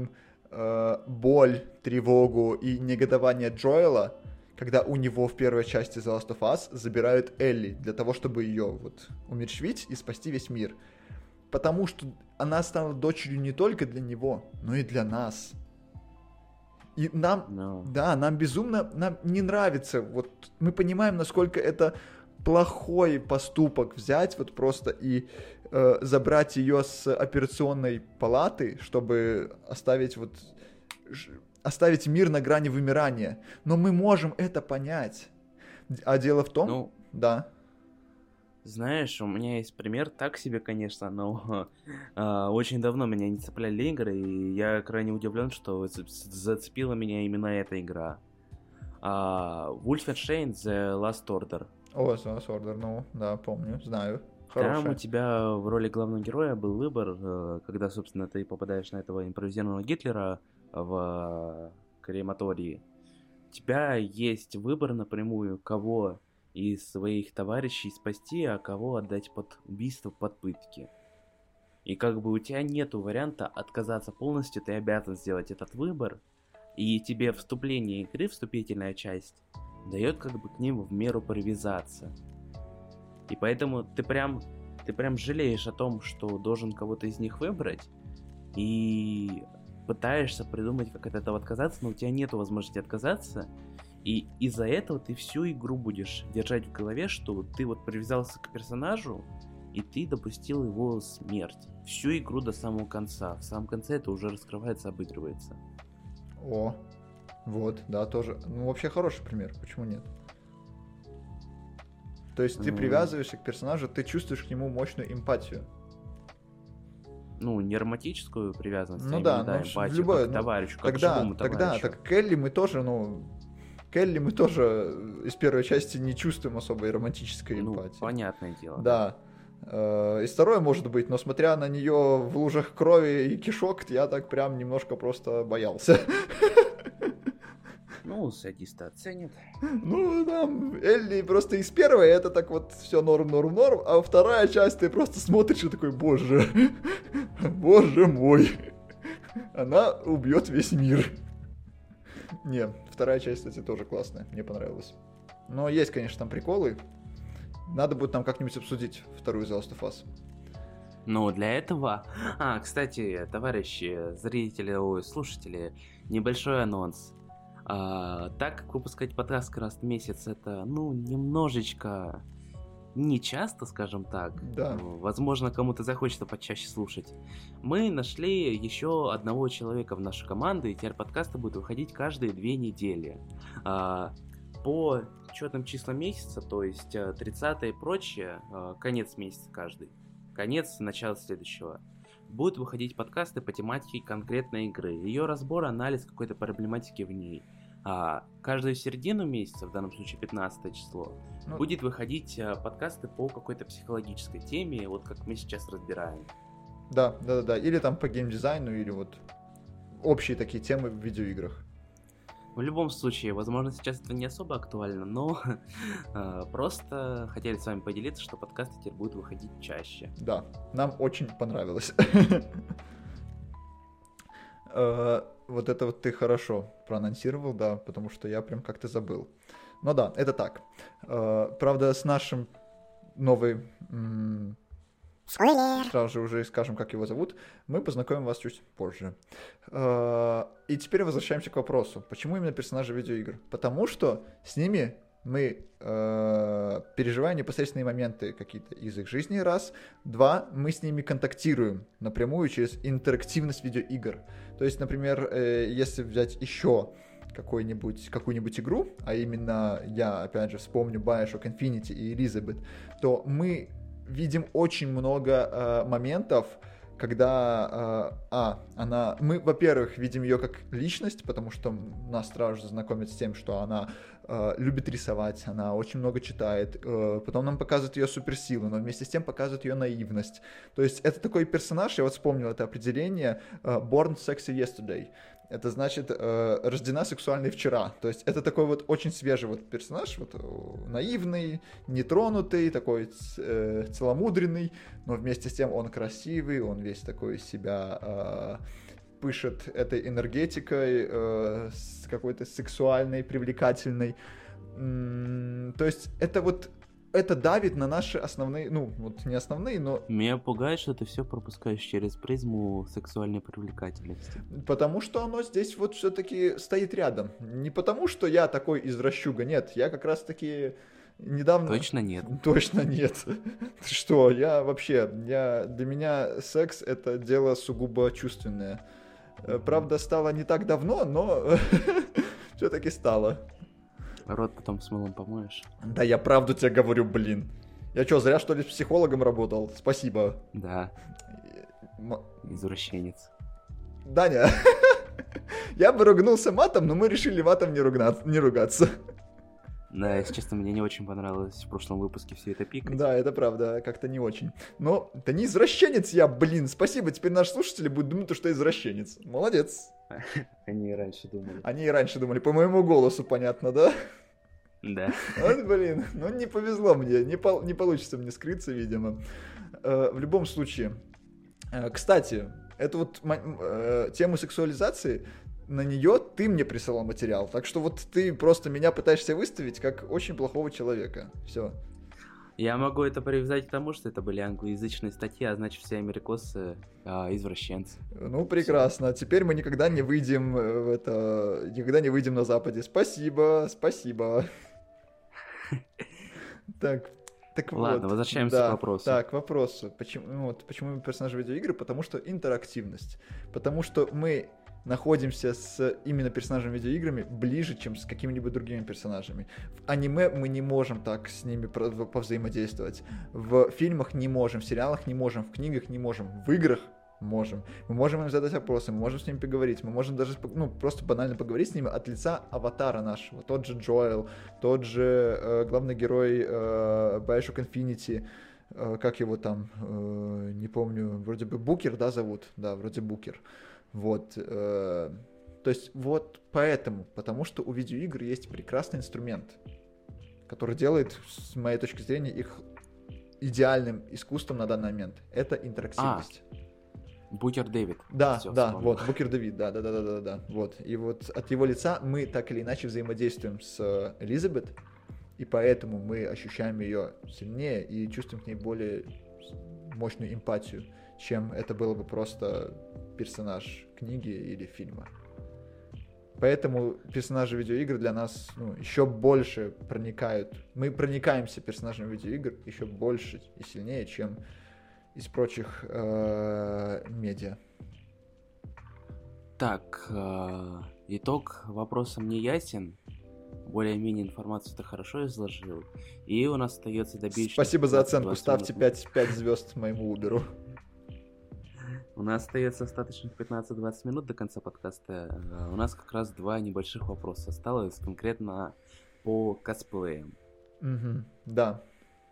S2: э, боль, тревогу и негодование Джоэла, когда у него в первой части The Last of Us забирают Элли для того, чтобы ее вот умерщвить и спасти весь мир. Потому что она стала дочерью не только для него, но и для нас. И нам, no. да, нам безумно, нам не нравится, вот мы понимаем, насколько это плохой поступок взять вот просто и э, забрать ее с операционной палаты, чтобы оставить вот, оставить мир на грани вымирания. Но мы можем это понять. А дело в том, ну, да.
S1: Знаешь, у меня есть пример, так себе, конечно, но э, очень давно меня не цепляли игры, и я крайне удивлен, что зацепила меня именно эта игра. Uh, Wolfenstein The Last Order.
S2: О, The Last Order, ну, да, помню, знаю. Хорошая.
S1: Там у тебя в роли главного героя был выбор, когда, собственно, ты попадаешь на этого импровизированного Гитлера в крематории. У тебя есть выбор напрямую, кого из своих товарищей спасти, а кого отдать под убийство, под пытки. И как бы у тебя нету варианта отказаться полностью, ты обязан сделать этот выбор, и тебе вступление игры, вступительная часть, дает как бы к ним в меру привязаться. И поэтому ты прям, ты прям жалеешь о том, что должен кого-то из них выбрать, и пытаешься придумать, как от этого отказаться, но у тебя нету возможности отказаться, и из-за этого ты всю игру будешь держать в голове, что ты вот привязался к персонажу, и ты допустил его смерть. Всю игру до самого конца. В самом конце это уже раскрывается, обыгрывается.
S2: О, вот, да, тоже. Ну, вообще хороший пример, почему нет? То есть ты mm. привязываешься к персонажу, ты чувствуешь к нему мощную эмпатию.
S1: Ну, не романтическую привязанность,
S2: ну,
S1: а
S2: да,
S1: именно, да,
S2: ну,
S1: эмпатию,
S2: любое,
S1: как к товарищу, как
S2: тогда,
S1: к живому
S2: тогда,
S1: товарищу.
S2: Так к Элли мы тоже, ну, к Элли мы тоже из первой части не чувствуем особой романтической
S1: ну,
S2: эмпатии.
S1: понятное дело.
S2: Да. да. И второе может быть, но смотря на нее в лужах крови и кишок, я так прям немножко просто боялся.
S1: Ну, садисты оценят.
S2: Ну, там, Элли просто из первой это так вот все норм-норм-норм, а вторая часть ты просто смотришь и такой, боже, боже мой, она убьет весь мир. Не, вторая часть, кстати, тоже классная, мне понравилась. Но есть, конечно, там приколы. Надо будет нам как-нибудь обсудить вторую The Last of Us.
S1: Ну, для этого... А, кстати, товарищи, зрители, ой, слушатели, небольшой анонс. А, так как выпускать подкаст раз в месяц, это, ну, немножечко не часто, скажем так.
S2: Да.
S1: Возможно, кому-то захочется почаще слушать. Мы нашли еще одного человека в нашу команду, и теперь подкасты будут выходить каждые две недели. А, по четным числам месяца, то есть тридцатое и прочее, конец месяца каждый, конец, начало следующего, будут выходить подкасты по тематике конкретной игры, ее разбор, анализ какой-то проблематики в ней. А каждую середину месяца, в данном случае пятнадцатое число, ну, будет выходить подкасты по какой-то психологической теме, вот как мы сейчас разбираем.
S2: Да, да, да, да. Или там по геймдизайну, или вот общие такие темы в видеоиграх.
S1: В любом случае, возможно, сейчас это не особо актуально, но э, просто хотели с вами поделиться, что подкасты теперь будут выходить чаще.
S2: Да, нам очень понравилось. Вот это вот ты хорошо проанонсировал, да, потому что я прям как-то забыл. Но да, это так. Правда, с нашим новым...
S3: Спойлер!
S2: Сразу же уже скажем, как его зовут. Мы познакомим вас чуть позже. И теперь возвращаемся к вопросу. Почему именно персонажи видеоигр? Потому что с ними мы э, переживаем непосредственные моменты какие-то из их жизни, раз. Два, мы с ними контактируем напрямую через интерактивность видеоигр. То есть, например, э, если взять еще какую-нибудь, какую-нибудь игру, а именно я, опять же, вспомню Bioshock Infinity и Elizabeth, то мы видим очень много э, моментов, когда, э, а, она, мы, во-первых, видим ее как личность, потому что нас сразу же знакомят с тем, что она э, любит рисовать, она очень много читает, э, потом нам показывают ее суперсилы, но вместе с тем показывают ее наивность. То есть это такой персонаж, я вот вспомнил это определение, э, Born Sexy Yesterday. Это значит, э, рождена сексуальной вчера. То есть это такой вот очень свежий вот персонаж, вот наивный, нетронутый, такой э, целомудренный, но вместе с тем он красивый, он весь такой из себя э, пышет этой энергетикой, э, с какой-то сексуальной, привлекательной. М- то есть это вот это давит на наши основные, ну, вот не основные, но...
S1: Меня пугает, что ты все пропускаешь через призму сексуальной привлекательности.
S2: Потому что оно здесь вот все-таки стоит рядом. Не потому, что я такой извращуга, нет, я как раз-таки недавно...
S1: Точно нет.
S2: Точно нет. Ты что, я вообще, я... для меня секс — это дело сугубо чувственное. Правда, стало не так давно, но все-таки стало.
S1: Рот потом с мылом помоешь.
S2: Да я правду тебе говорю, блин. Я что, зря что ли с психологом работал? Спасибо.
S1: Да.
S2: М-
S1: Извращенец.
S2: Даня, я бы ругнулся матом, но мы решили матом не, ругна- не ругаться.
S1: Да, если честно, мне не очень понравилось в прошлом выпуске все это пикать.
S2: Да, это правда, как-то не очень. Но да не извращенец я, блин, спасибо. Теперь наши слушатели будут думать, что я извращенец. Молодец.
S1: Они и раньше думали.
S2: Они и раньше думали, по моему голосу, понятно, да?
S1: Да.
S2: Вот, блин, ну не повезло мне, не, пол- не получится мне скрыться, видимо. Э, в любом случае, э, кстати, эту вот ма- э, тему сексуализации, на нее ты мне присылал материал, так что вот ты просто меня пытаешься выставить как очень плохого человека. Все.
S1: Я могу это привязать к тому, что это были англоязычные статьи, а значит все америкосы а, извращенцы.
S2: Ну, прекрасно. Теперь мы никогда не выйдем в это, никогда не выйдем на Западе. Спасибо, спасибо. Так, так вот.
S1: Ладно, возвращаемся
S2: да,
S1: к вопросу.
S2: Так, к вопросу. Почему, ну, вот, почему мы персонажи видеоигры? Потому что интерактивность. Потому что мы находимся с именно персонажами видеоиграми ближе, чем с какими-либо другими персонажами. В аниме мы не можем так с ними про- повзаимодействовать. В фильмах не можем, в сериалах не можем, в книгах не можем, в играх можем. Мы можем им задать вопросы, мы можем с ними поговорить, мы можем даже, ну, просто банально поговорить с ними от лица аватара нашего. Тот же Джоэл, тот же э, главный герой э, Bioshock Infinity, э, как его там, э, не помню, вроде бы Букер, да, зовут? Да, вроде Букер. Вот. Э, то есть вот поэтому, потому что у видеоигр есть прекрасный инструмент, который делает, с моей точки зрения, их идеальным искусством на данный момент. Это интерактивность.
S1: А. Букер Дэвид.
S2: Да,
S1: Всё,
S2: да,
S1: вспомнил.
S2: вот, Букер Дэвид, да, да, да, да, да, да, вот. И вот от его лица мы так или иначе взаимодействуем с Элизабет, и поэтому мы ощущаем ее сильнее и чувствуем к ней более мощную эмпатию, чем это было бы просто персонаж книги или фильма. Поэтому персонажи видеоигр для нас, ну, еще больше проникают. Мы проникаемся персонажами видеоигр еще больше и сильнее, чем из прочих э, медиа.
S1: Так, э, итог вопроса мне ясен. Более-менее информацию ты хорошо изложил. И у нас остается добить...
S2: Спасибо за оценку. Ставьте пять, пять звезд моему Уберу.
S1: У нас остается остаточных пятнадцать-двадцать минут до конца подкаста. Э, У нас как раз два небольших вопроса осталось, конкретно по косплеям.
S2: Угу, да.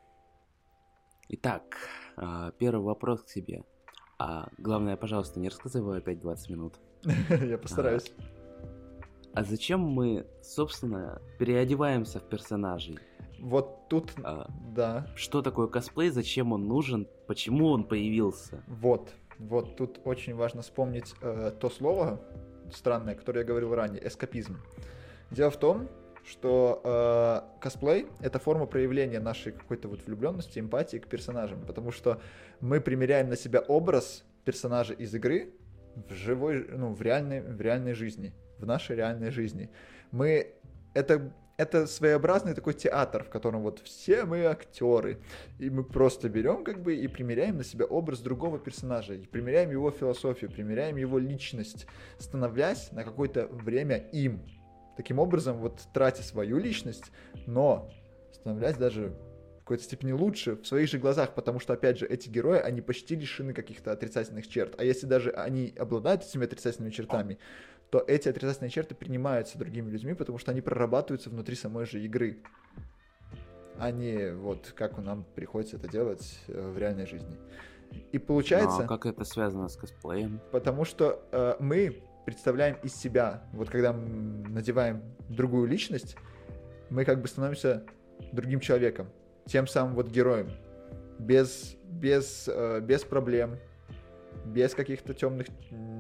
S1: Итак, э, первый вопрос к тебе. А главное, пожалуйста, не рассказывай опять двадцать минут.
S2: Я постараюсь.
S1: А зачем мы, собственно, переодеваемся в персонажей?
S2: Вот тут,
S1: А,
S2: да.
S1: Что такое косплей, зачем он нужен, почему он появился?
S2: Вот, вот тут очень важно вспомнить э, то слово странное, которое я говорил ранее, эскапизм. Дело в том, что э, косплей — это форма проявления нашей какой-то вот влюбленности, эмпатии к персонажам, потому что мы примеряем на себя образ персонажа из игры в живой, ну, в реальной, в реальной жизни, в нашей реальной жизни. Мы это Это своеобразный такой театр, в котором вот все мы актеры, и мы просто берем как бы и примеряем на себя образ другого персонажа, и примеряем его философию, примеряем его личность, становясь на какое-то время им. Таким образом, вот тратя свою личность, но становляясь даже в какой-то степени лучше в своих же глазах, потому что, опять же, эти герои, они почти лишены каких-то отрицательных черт, а если даже они обладают этими отрицательными чертами, то эти отрицательные черты принимаются другими людьми, потому что они прорабатываются внутри самой же игры, а не вот как нам приходится это делать в реальной жизни. И получается...
S1: Ну, а как это связано с косплеем?
S2: Потому что э, мы представляем из себя, вот когда мы надеваем другую личность, мы как бы становимся другим человеком, тем самым вот героем, без, без, э, без проблем, без каких-то темных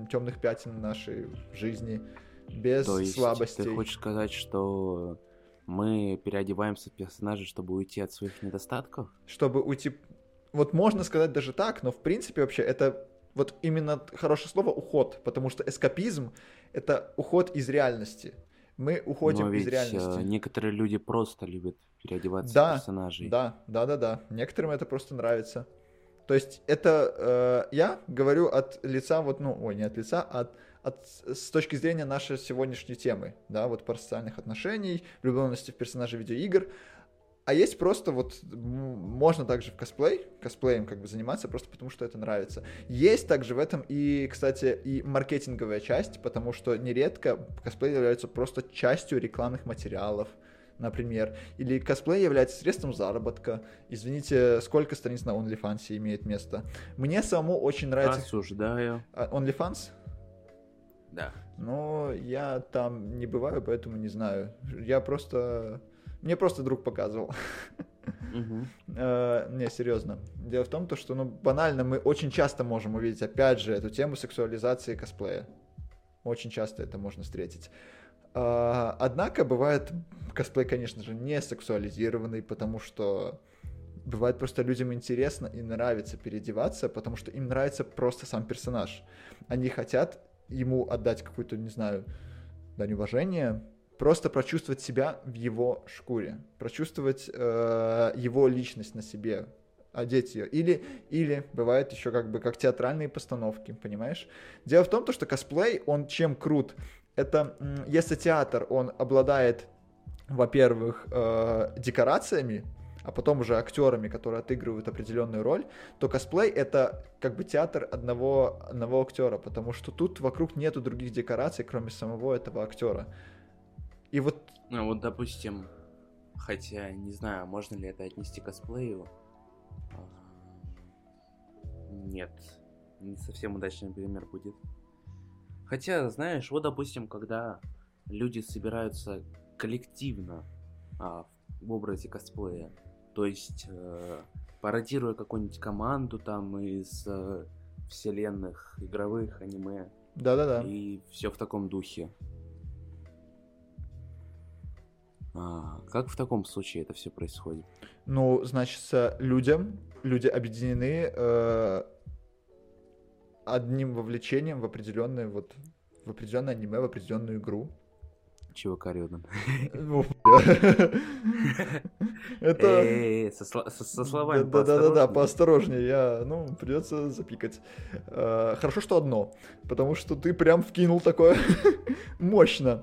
S2: там темных пятен нашей жизни, без
S1: То есть
S2: слабостей.
S1: ты хочешь сказать, что мы переодеваемся в персонажей, чтобы уйти от своих недостатков?
S2: Чтобы уйти... Вот можно сказать даже так, но в принципе вообще это вот именно хорошее слово уход, потому что эскапизм — это уход из реальности. Мы уходим
S1: Но ведь
S2: из реальности.
S1: Некоторые люди просто любят переодеваться
S2: да,
S1: в персонажей.
S2: Да, да, да, да. Некоторым это просто нравится. То есть это э, я говорю от лица, вот, ну, ой, не от лица, а от, от, с точки зрения нашей сегодняшней темы, да, вот парасоциальных отношений, влюбленности в персонажей видеоигр. А есть просто вот, можно также в косплей, косплеем как бы заниматься, просто потому что это нравится. Есть также в этом и, кстати, и маркетинговая часть, потому что нередко косплей является просто частью рекламных материалов, например. Или косплей является средством заработка. Извините, сколько страниц на OnlyFans имеет место. Мне самому очень нравится...
S1: Осуждаю.
S2: OnlyFans?
S1: Да.
S2: Ну, я там не бываю, поэтому не знаю. Я просто... Мне просто друг показывал. Uh-huh. Не, серьезно. Дело в том, что, ну, банально, мы очень часто можем увидеть, опять же, эту тему сексуализации косплея. Очень часто это можно встретить. Однако бывает косплей, конечно же, не сексуализированный, потому что бывает просто людям интересно и нравится переодеваться, потому что им нравится просто сам персонаж. Они хотят ему отдать какую-то, не знаю, дань уважения, просто прочувствовать себя в его шкуре, прочувствовать э, его личность на себе, одеть ее. Или, или бывает еще как бы как театральные постановки, понимаешь? Дело в том, что косплей, он чем крут? Это, если театр, он обладает, во-первых, э, декорациями, а потом уже актерами, которые отыгрывают определенную роль, то косплей — это как бы театр одного, одного актера, потому что тут вокруг нету других декораций, кроме самого этого актера. И вот...
S1: Ну вот, допустим, хотя, не знаю, можно ли это отнести к косплею. Нет, не совсем удачный пример будет. Хотя, знаешь, вот, допустим, когда люди собираются коллективно а, в образе косплея, то есть э, пародируя какую-нибудь команду там из э, вселенных игровых, аниме.
S2: Да-да-да.
S1: И все в таком духе. А, как в таком случае это все происходит?
S2: Ну, значит, людям, люди объединены э, одним вовлечением в определенное вот в определенное аниме, в определенную игру.
S1: Чего Карёдан?
S2: Это...
S1: Со словами
S2: Да-да-да, поосторожнее, я, ну, придется запикать. Хорошо, что одно, потому что ты прям вкинул такое мощно.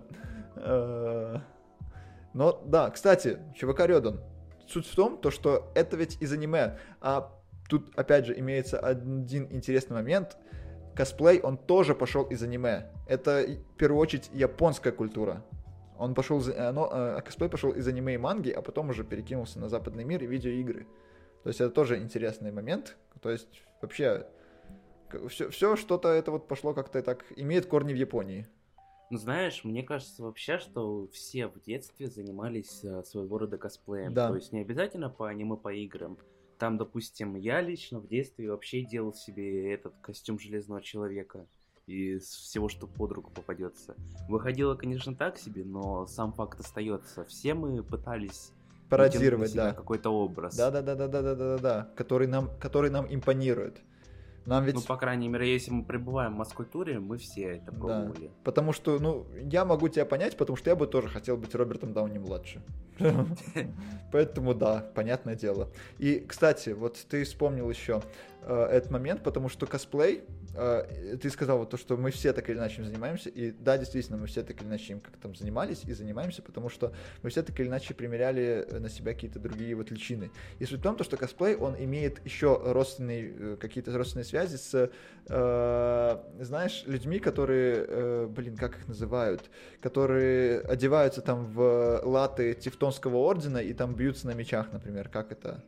S2: Но, да, кстати, ЧВК Рёдан. Суть в том, то, что это ведь из аниме, а тут, опять же, имеется один интересный момент. Косплей, он тоже пошел из аниме. Это, в первую очередь, японская культура. Он пошел, оно, э, косплей пошел из аниме и манги, а потом уже перекинулся на западный мир и видеоигры. То есть это тоже интересный момент. То есть вообще все, все что-то это вот пошло как-то так, имеет корни в Японии.
S1: Ну, знаешь, мне кажется вообще, что все в детстве занимались э, своего рода косплеем.
S2: Да.
S1: То есть не обязательно по аниме, по играм. Там, допустим, я лично в детстве вообще делал себе этот костюм Железного Человека из всего, что под руку попадется. Выходило, конечно, так себе, но сам факт остается. Все мы пытались
S2: пародировать, да,
S1: какой-то образ.
S2: Да, да, да, да, да, да, да, да, который нам, который нам импонирует. Нам ведь...
S1: Ну, по крайней мере, если мы пребываем в маскультуре, мы все это пробовали.
S2: Да. Потому что, ну, я могу тебя понять, потому что я бы тоже хотел быть Робертом Дауни-младше. Поэтому, да, понятное дело. И, кстати, вот ты вспомнил еще э, этот момент, потому что косплей, э, ты сказал вот то, что мы все так или иначе им занимаемся, и да, действительно, мы все так или иначе им как там занимались и занимаемся, потому что мы все так или иначе примеряли на себя какие-то другие вот личины. И суть в том, что косплей, он имеет еще родственные, какие-то родственные связи с, э, знаешь, людьми, которые, э, блин, как их называют, которые одеваются там в латы Тевтонского ордена и там бьются на мечах, например, как это?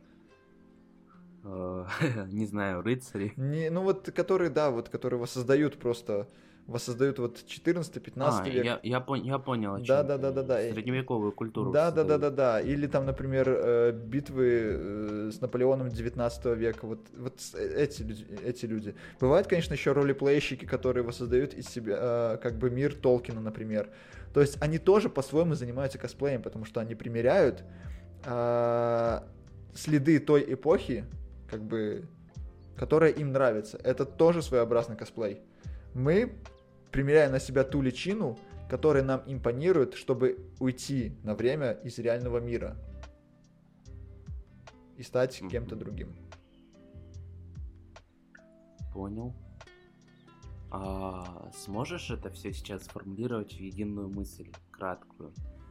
S1: Не знаю, рыцари.
S2: Не, ну вот, которые, да, вот, которые воссоздают просто воссоздают вот четырнадцатый-пятнадцатый
S1: А,
S2: век.
S1: я, я, пон- я понял, о
S2: Да,
S1: чем
S2: да,
S1: ты.
S2: да, да, да.
S1: Средневековую культуру
S2: Да, да, да, да,
S1: создают.
S2: да. Или там, например, э, битвы э, с Наполеоном девятнадцатого века. Вот, вот с- э, эти, люди- эти люди. Бывают, конечно, еще ролеплейщики, которые воссоздают из себя э, как бы мир Толкина, например. То есть они тоже по-своему занимаются косплеем, потому что они примеряют э, следы той эпохи, как бы, которая им нравится. Это тоже своеобразный косплей. Мы примеряем на себя ту личину, которая нам импонирует, чтобы уйти на время из реального мира и стать
S1: Мгм.
S2: кем-то другим.
S1: Понял. А сможешь это все сейчас сформулировать в единую мысль, краткую?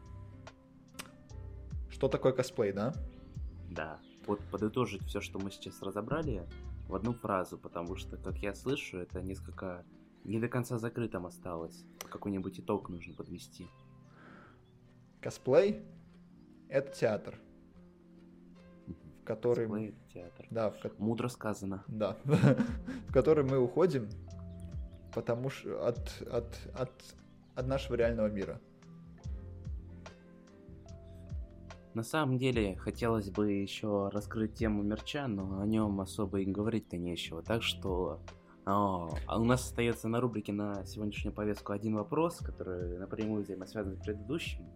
S2: Что такое косплей, да?
S1: Да. Вот подытожить все, что мы сейчас разобрали, в одну фразу, потому что, как я слышу, это несколько не до конца закрытым осталось. Какой-нибудь итог нужно подвести.
S2: Косплей — это театр, в который...
S1: Косплей, театр.
S2: Да, в ко-
S1: Мудро сказано.
S2: да, в который мы уходим, потому что от, от, от, от нашего реального мира.
S1: На самом деле, хотелось бы еще раскрыть тему мерча, но о нем особо и говорить-то нечего. Так что о, а у нас остается на рубрике на сегодняшнюю повестку один вопрос, который напрямую взаимосвязан с предыдущим.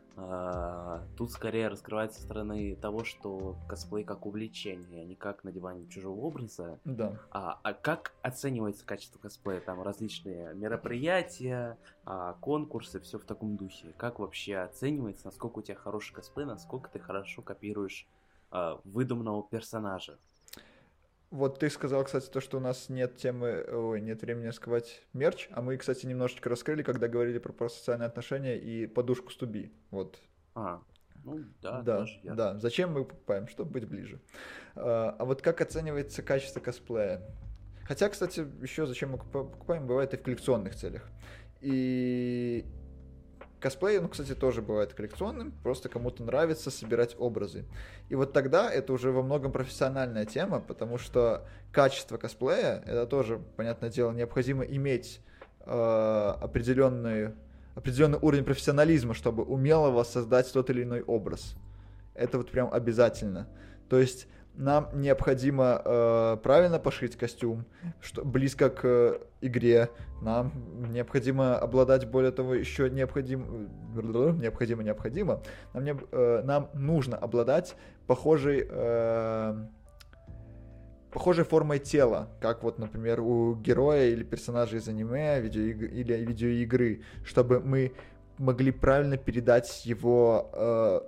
S1: А, тут скорее раскрывается со стороны того, что косплей как увлечение, а не как надевание чужого образа.
S2: Да.
S1: А, а как оценивается качество косплея? Там различные мероприятия, а, конкурсы, все в таком духе. Как вообще оценивается, насколько у тебя хороший косплей, насколько ты хорошо копируешь а, выдуманного персонажа?
S2: Вот ты сказал, кстати, то, что у нас нет темы, ой, нет времени раскрывать мерч, а мы, кстати, немножечко раскрыли, когда говорили про, про социальные отношения и подушку стуби. Вот.
S1: А, ну да,
S2: Да,
S1: тоже верно.
S2: да. Зачем мы покупаем? Чтобы быть ближе. А, а вот как оценивается качество косплея? Хотя, кстати, еще зачем мы купа- покупаем, бывает и в коллекционных целях. И косплей, ну, кстати, тоже бывает коллекционным, просто кому-то нравится собирать образы. И вот тогда это уже во многом профессиональная тема, потому что качество косплея, это тоже, понятное дело, необходимо иметь э, определенный, определенный уровень профессионализма, чтобы умело воссоздать тот или иной образ. Это вот прям обязательно. То есть нам необходимо э, правильно пошить костюм, что близко к э, игре. Нам необходимо обладать, более того, еще необходимо, необходимо, необходимо. Нам, не, э, нам нужно обладать похожей, э, похожей формой тела, как вот, например, у героя или персонажа из аниме, видеоиг... или видеоигры, чтобы мы могли правильно передать его э,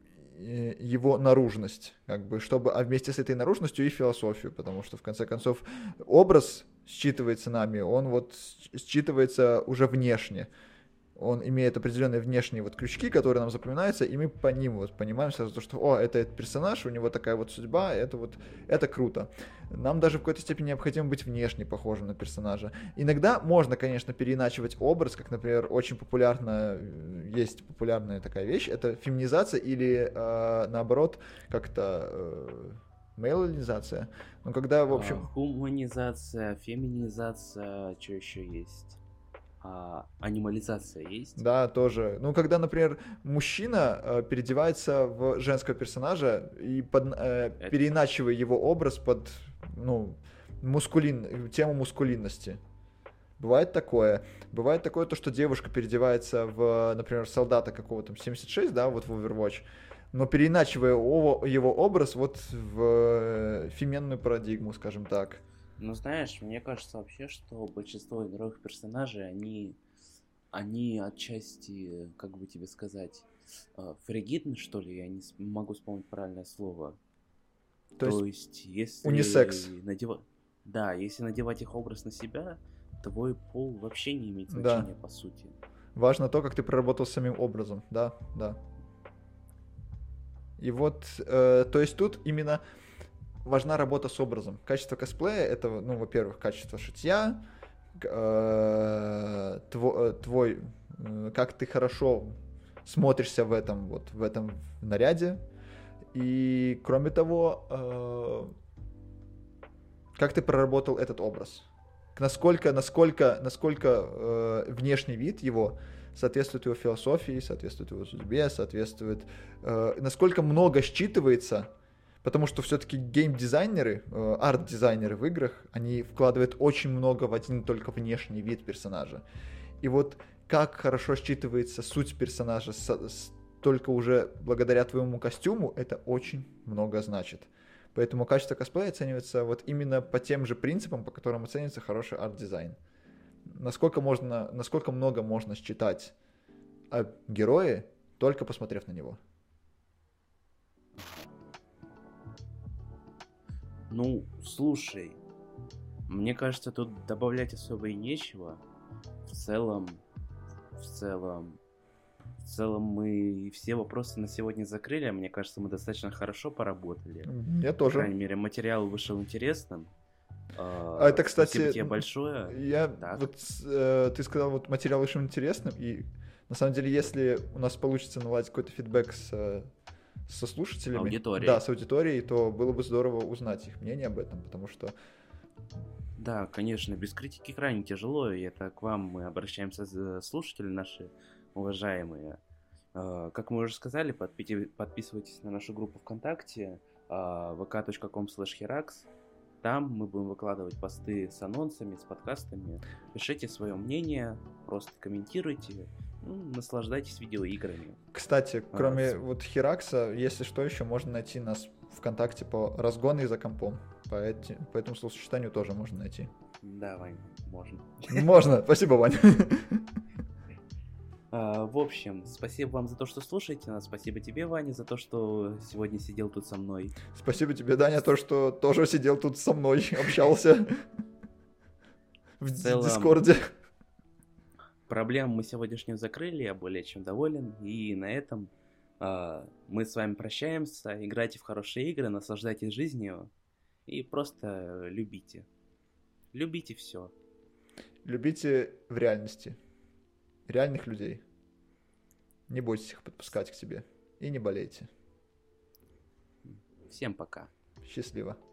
S2: его наружность, как бы, чтобы, а вместе с этой наружностью и философию, потому что, в конце концов, образ считывается нами, он вот считывается уже внешне, он имеет определенные внешние вот крючки, которые нам запоминаются, и мы по ним вот понимаем сразу, что, о, это этот персонаж, у него такая вот судьба, это вот, это круто. Нам даже в какой-то степени необходимо быть внешне похожим на персонажа. Иногда можно, конечно, переиначивать образ, как, например, очень популярно, есть популярная такая вещь, это феминизация или, э, наоборот, как-то... Э, мейлонизация. Ну, когда, в общем...
S1: А, хуманизация, феминизация, что еще есть? А, анимализация есть?
S2: Да, тоже. Ну, когда, например, мужчина э, переодевается в женского персонажа и под, э,
S1: Это...
S2: переиначивая его образ под, ну, мускулин, тему мускулинности. Бывает такое. Бывает такое, то, что девушка переодевается в, например, солдата какого-то семьдесят шесть, да, вот в Overwatch, но переиначивая его, его образ вот в феменную парадигму, скажем так.
S1: Ну, знаешь, мне кажется вообще, что большинство игровых персонажей, они, они отчасти, как бы тебе сказать, фригидны, что ли, я не могу вспомнить правильное слово.
S2: То,
S1: То
S2: есть,
S1: есть, если...
S2: унисекс.
S1: Надева... Да, если надевать их образ на себя, твой пол вообще не имеет значения,
S2: да.
S1: по сути.
S2: Важно то, как ты проработал с самим образом, да, да. И вот, э, то есть тут именно важна работа с образом. Качество косплея — это, ну, во-первых, качество шитья, э, твой, твой э, как ты хорошо смотришься в этом, вот, в этом наряде. И, кроме того, э, как ты проработал этот образ. насколько, насколько, насколько э, внешний вид его соответствует его философии, соответствует его судьбе, соответствует, э, насколько много считывается, потому что все-таки гейм-дизайнеры, э, арт-дизайнеры в играх, они вкладывают очень много в один только внешний вид персонажа. И вот как хорошо считывается суть персонажа с, с, только уже благодаря твоему костюму, это очень много значит. Поэтому качество косплея оценивается вот именно по тем же принципам, по которым оценивается хороший арт-дизайн. Насколько можно, насколько много можно считать о герое, только посмотрев на него.
S1: Ну, слушай, мне кажется, тут добавлять особо и нечего. В целом, в целом, в целом мы все вопросы на сегодня закрыли. Мне кажется, мы достаточно хорошо поработали.
S2: Я тоже.
S1: По крайней мере, материал вышел интересным.
S2: А это, кстати,
S1: спасибо тебе большое.
S2: Я,
S1: так.
S2: вот, э, ты сказал, вот материал вышел интересным, и на самом деле, если у нас получится наладить какой-то фидбэк с, со слушателями,
S1: аудиторией.
S2: Да, с аудиторией, то было бы здорово узнать их мнение об этом, потому что...
S1: Да, конечно, без критики крайне тяжело, и это к вам мы обращаемся, слушатели наши уважаемые. Как мы уже сказали, подписывайтесь на нашу группу ВКонтакте вэ ка точка ком слэш херакс. Там мы будем выкладывать посты с анонсами, с подкастами. Пишите свое мнение, просто комментируйте, ну, наслаждайтесь видеоиграми.
S2: Кстати, кроме а, вот Херакса, если что, еще можно найти нас ВКонтакте по разгону и за компом. По, эти, по этому словосочетанию тоже можно найти.
S1: Да, Вань, можно.
S2: Можно, спасибо, Вань.
S1: Uh, в общем, спасибо вам за то, что слушаете нас. Спасибо тебе, Ваня, за то, что сегодня сидел тут со мной.
S2: Спасибо тебе, Даня, за то, что тоже сидел тут со мной, общался в Дискорде.
S1: Проблему мы сегодняшнюю закрыли, я более чем доволен. И на этом uh, мы с вами прощаемся. Играйте в хорошие игры, наслаждайтесь жизнью и просто любите. Любите все.
S2: Любите в реальности. Реальных людей. Не бойтесь их подпускать к себе. И не болейте.
S1: Всем пока.
S2: Счастливо.